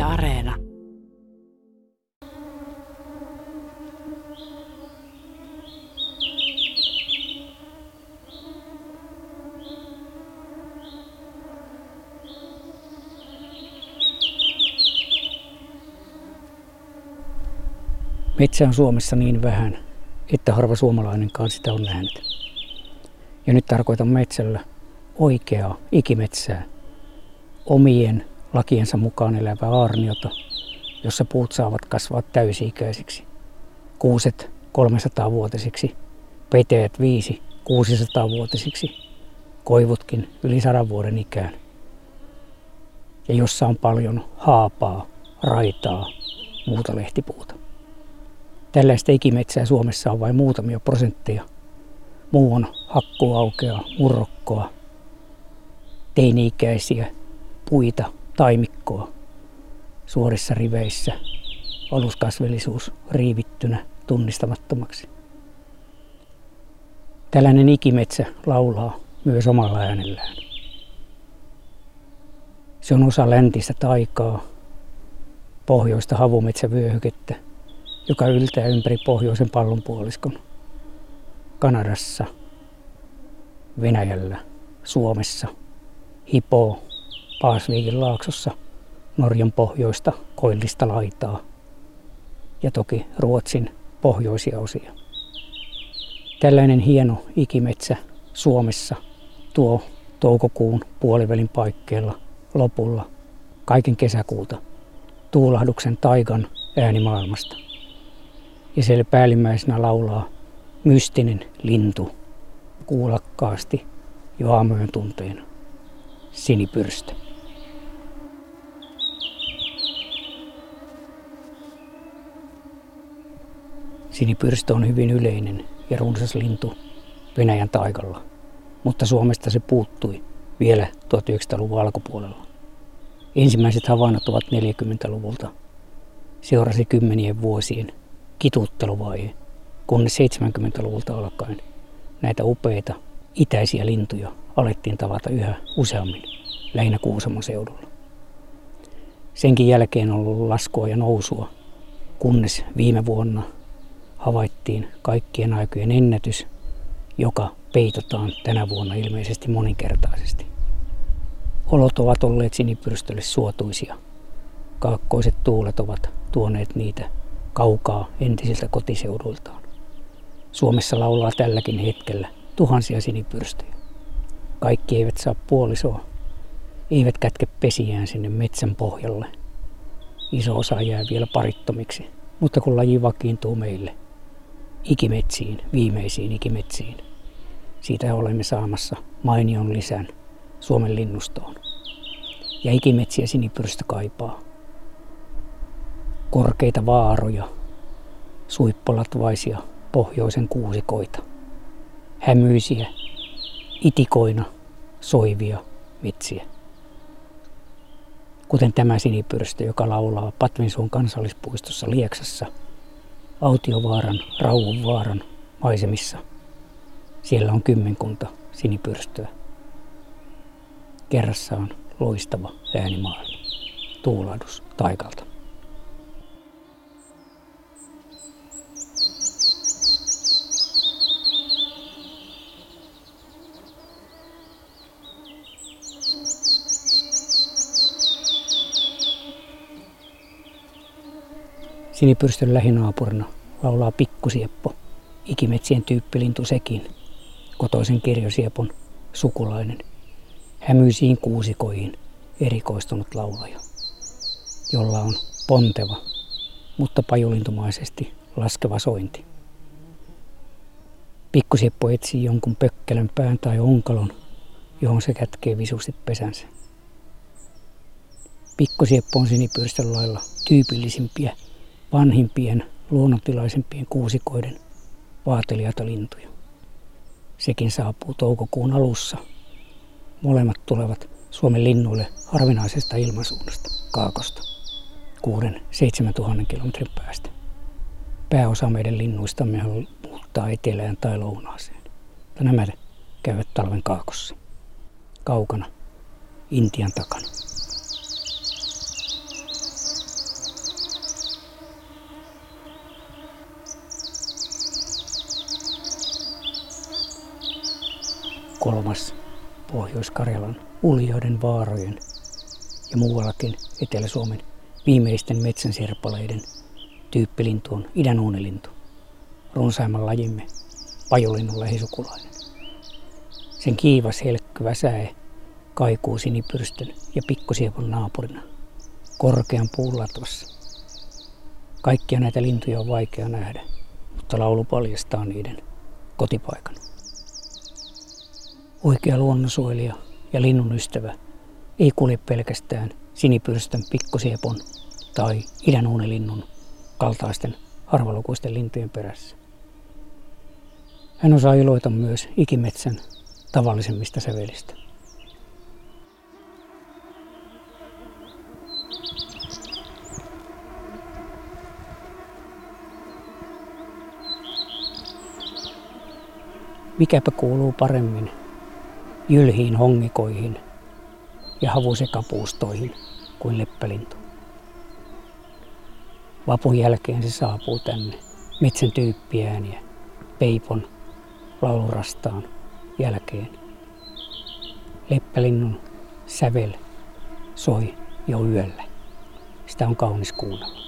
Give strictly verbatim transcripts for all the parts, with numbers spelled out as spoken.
Areena. Metsä on Suomessa niin vähän, että harva suomalainenkaan sitä on nähnyt. Ja nyt tarkoitan metsällä oikeaa ikimetsää, omien lakiensa mukaan elävää aarniota, jossa puut saavat kasvaa täysi-ikäisiksi. Kuuset kolmesataavuotisiksi, petäjät viisi kuusisataavuotisiksi, koivutkin yli sadan vuoden ikään. Ja jossa on paljon haapaa, raitaa, muuta lehtipuuta. Tällaista ikimetsää Suomessa on vain muutamia prosentteja. Muu on hakkuuaukea, murrokkoa, teini-ikäisiä puita, taimikkoa, suorissa riveissä, aluskasvillisuus riivittynä tunnistamattomaksi. Tällainen ikimetsä laulaa myös omalla äänellään. Se on osa läntistä taikaa, pohjoista havumetsävyöhykettä, joka yltää ympäri pohjoisen pallonpuoliskon. Kanadassa, Venäjällä, Suomessa, hipoo Paasviikin laaksossa Norjan pohjoista koillista laitaa ja toki Ruotsin pohjoisia osia. Tällainen hieno ikimetsä Suomessa tuo toukokuun puolivälin paikkeilla lopulla kaiken kesäkuuta tuulahduksen taigan äänimaailmasta. Ja siellä päällimmäisenä laulaa mystinen lintu kuulakkaasti jo aamujen tunteina. Sinipyrstö. Sinipyrstö on hyvin yleinen ja runsas lintu Venäjän taigalla, mutta Suomesta se puuttui vielä tuhatyhdeksänsataaluvun alkupuolella. Ensimmäiset havainnot ovat neljäkymmentäluvulta. Seurasi kymmenien vuosien kitutteluvaihe, kunnes seitsemänkymmentäluvulta alkaen näitä upeita itäisiä lintuja alettiin tavata yhä useammin, lähinnä Kuusamon seudulla. Senkin jälkeen on ollut laskua ja nousua, kunnes viime vuonna havaittiin kaikkien aikojen ennätys, joka peitataan tänä vuonna ilmeisesti moninkertaisesti. Olot ovat olleet sinipyrstölle suotuisia. Kaakkoiset tuulet ovat tuoneet niitä kaukaa entisiltä kotiseuduiltaan. Suomessa laulaa tälläkin hetkellä tuhansia sinipyrstöjä. Kaikki eivät saa puolisoa, eivät kätke pesiään sinne metsän pohjalle. Iso osa jää vielä parittomiksi, mutta kun laji vakiintuu meille ikimetsiin, viimeisiin ikimetsiin, siitä olemme saamassa mainion lisän Suomen linnustoon. Ja ikimetsiä sinipyrstö kaipaa. Korkeita vaaroja, suippolatvaisia pohjoisen kuusikoita, hämyisiä, itikoina soivia metsiä. Kuten tämä sinipyrstö, joka laulaa Patvinsuon kansallispuistossa Lieksassa, Autiovaaran, Rauvonvaaran maisemissa. Siellä on kymmenkunta sinipyrstöä. Kerrassaan loistava äänimaailma. Tuulahdus taikalta. Sinipyrstön lähinaapurina laulaa pikkusieppo, ikimetsien tyyppilintu sekin, kotoisen kirjosiepon sukulainen, hämyisiin kuusikoihin erikoistunut laulaja, jolla on ponteva, mutta pajulintumaisesti laskeva sointi. Pikkusieppo etsii jonkun pökkelön pään tai onkalon, johon se kätkee visusti pesänsä. Pikkusieppo on sinipyrstön lailla tyypillisimpiä, vanhimpien, luonnontilaisempien kuusikoiden vaateliaita lintuja. Sekin saapuu toukokuun alussa. Molemmat tulevat Suomen linnuille harvinaisesta ilmansuunnasta, Kaakosta, kuuden seitsemän tuhannen kilometrin päästä. Pääosa meidän linnuistamme muuttaa etelään tai lounaaseen, mutta nämä käyvät talven Kaakossa, kaukana Intian takana. kolmas Pohjois-Karjalan uljoiden vaarojen ja muuallakin Etelä-Suomen viimeisten metsänsirpaleiden tyyppilintu on idänuunilintu, runsaimman lajimme pajolinnun lähisukulainen. Sen kiivas helkkyvä säe kaikuu sinipyrstön ja pikkusiepon naapurina korkean puun latvassa. Kaikkia näitä lintuja on vaikea nähdä, mutta laulu paljastaa niiden kotipaikan. Oikea luonnonsuojelija ja linnun ystävä ei kulje pelkästään sinipyrstön, pikkusiepon tai idänuunilinnun kaltaisten harvalukuisten lintujen perässä. Hän osaa iloita myös ikimetsän tavallisemmista sävelistä. Mikäpä kuuluu paremmin jylhiin hongikoihin ja havusekapuustoihin kuin leppälintu. Vapun jälkeen se saapuu tänne metsän tyyppiääniä peipon laulurastaan jälkeen. Leppälinnun sävel soi jo yöllä. Sitä on kaunis kuunnella.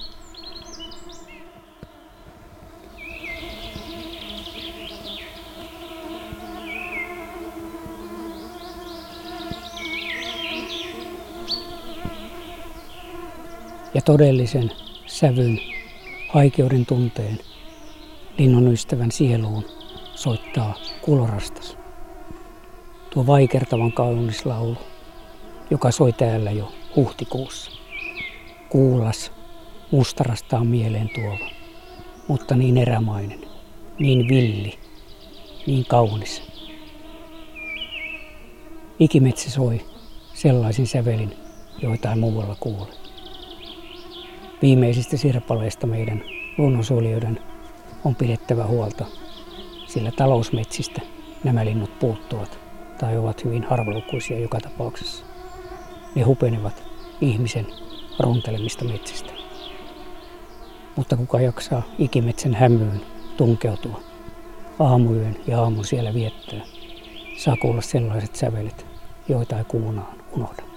Ja todellisen sävyn, haikeuden tunteen, linnun ystävän sieluun soittaa kulorastas. Tuo vaikertavan kaunis laulu, joka soi täällä jo huhtikuussa. Kuulas, mustarastaan mieleen tuova, mutta niin erämainen, niin villi, niin kaunis. Ikimetsä soi sellaisin sävelin, joita ei muualla kuule. Viimeisistä sirpaleista meidän luonnonsuojelijoiden on pidettävä huolta, sillä talousmetsistä nämä linnut puuttuvat tai ovat hyvin harvalukuisia joka tapauksessa. Ne hupenevat ihmisen runtelemista metsistä. Mutta kuka jaksaa ikimetsän hämyyn tunkeutua, aamuyön ja aamun siellä viettää, saa kuulla sellaiset sävelet, joita ei kuunaan unohda.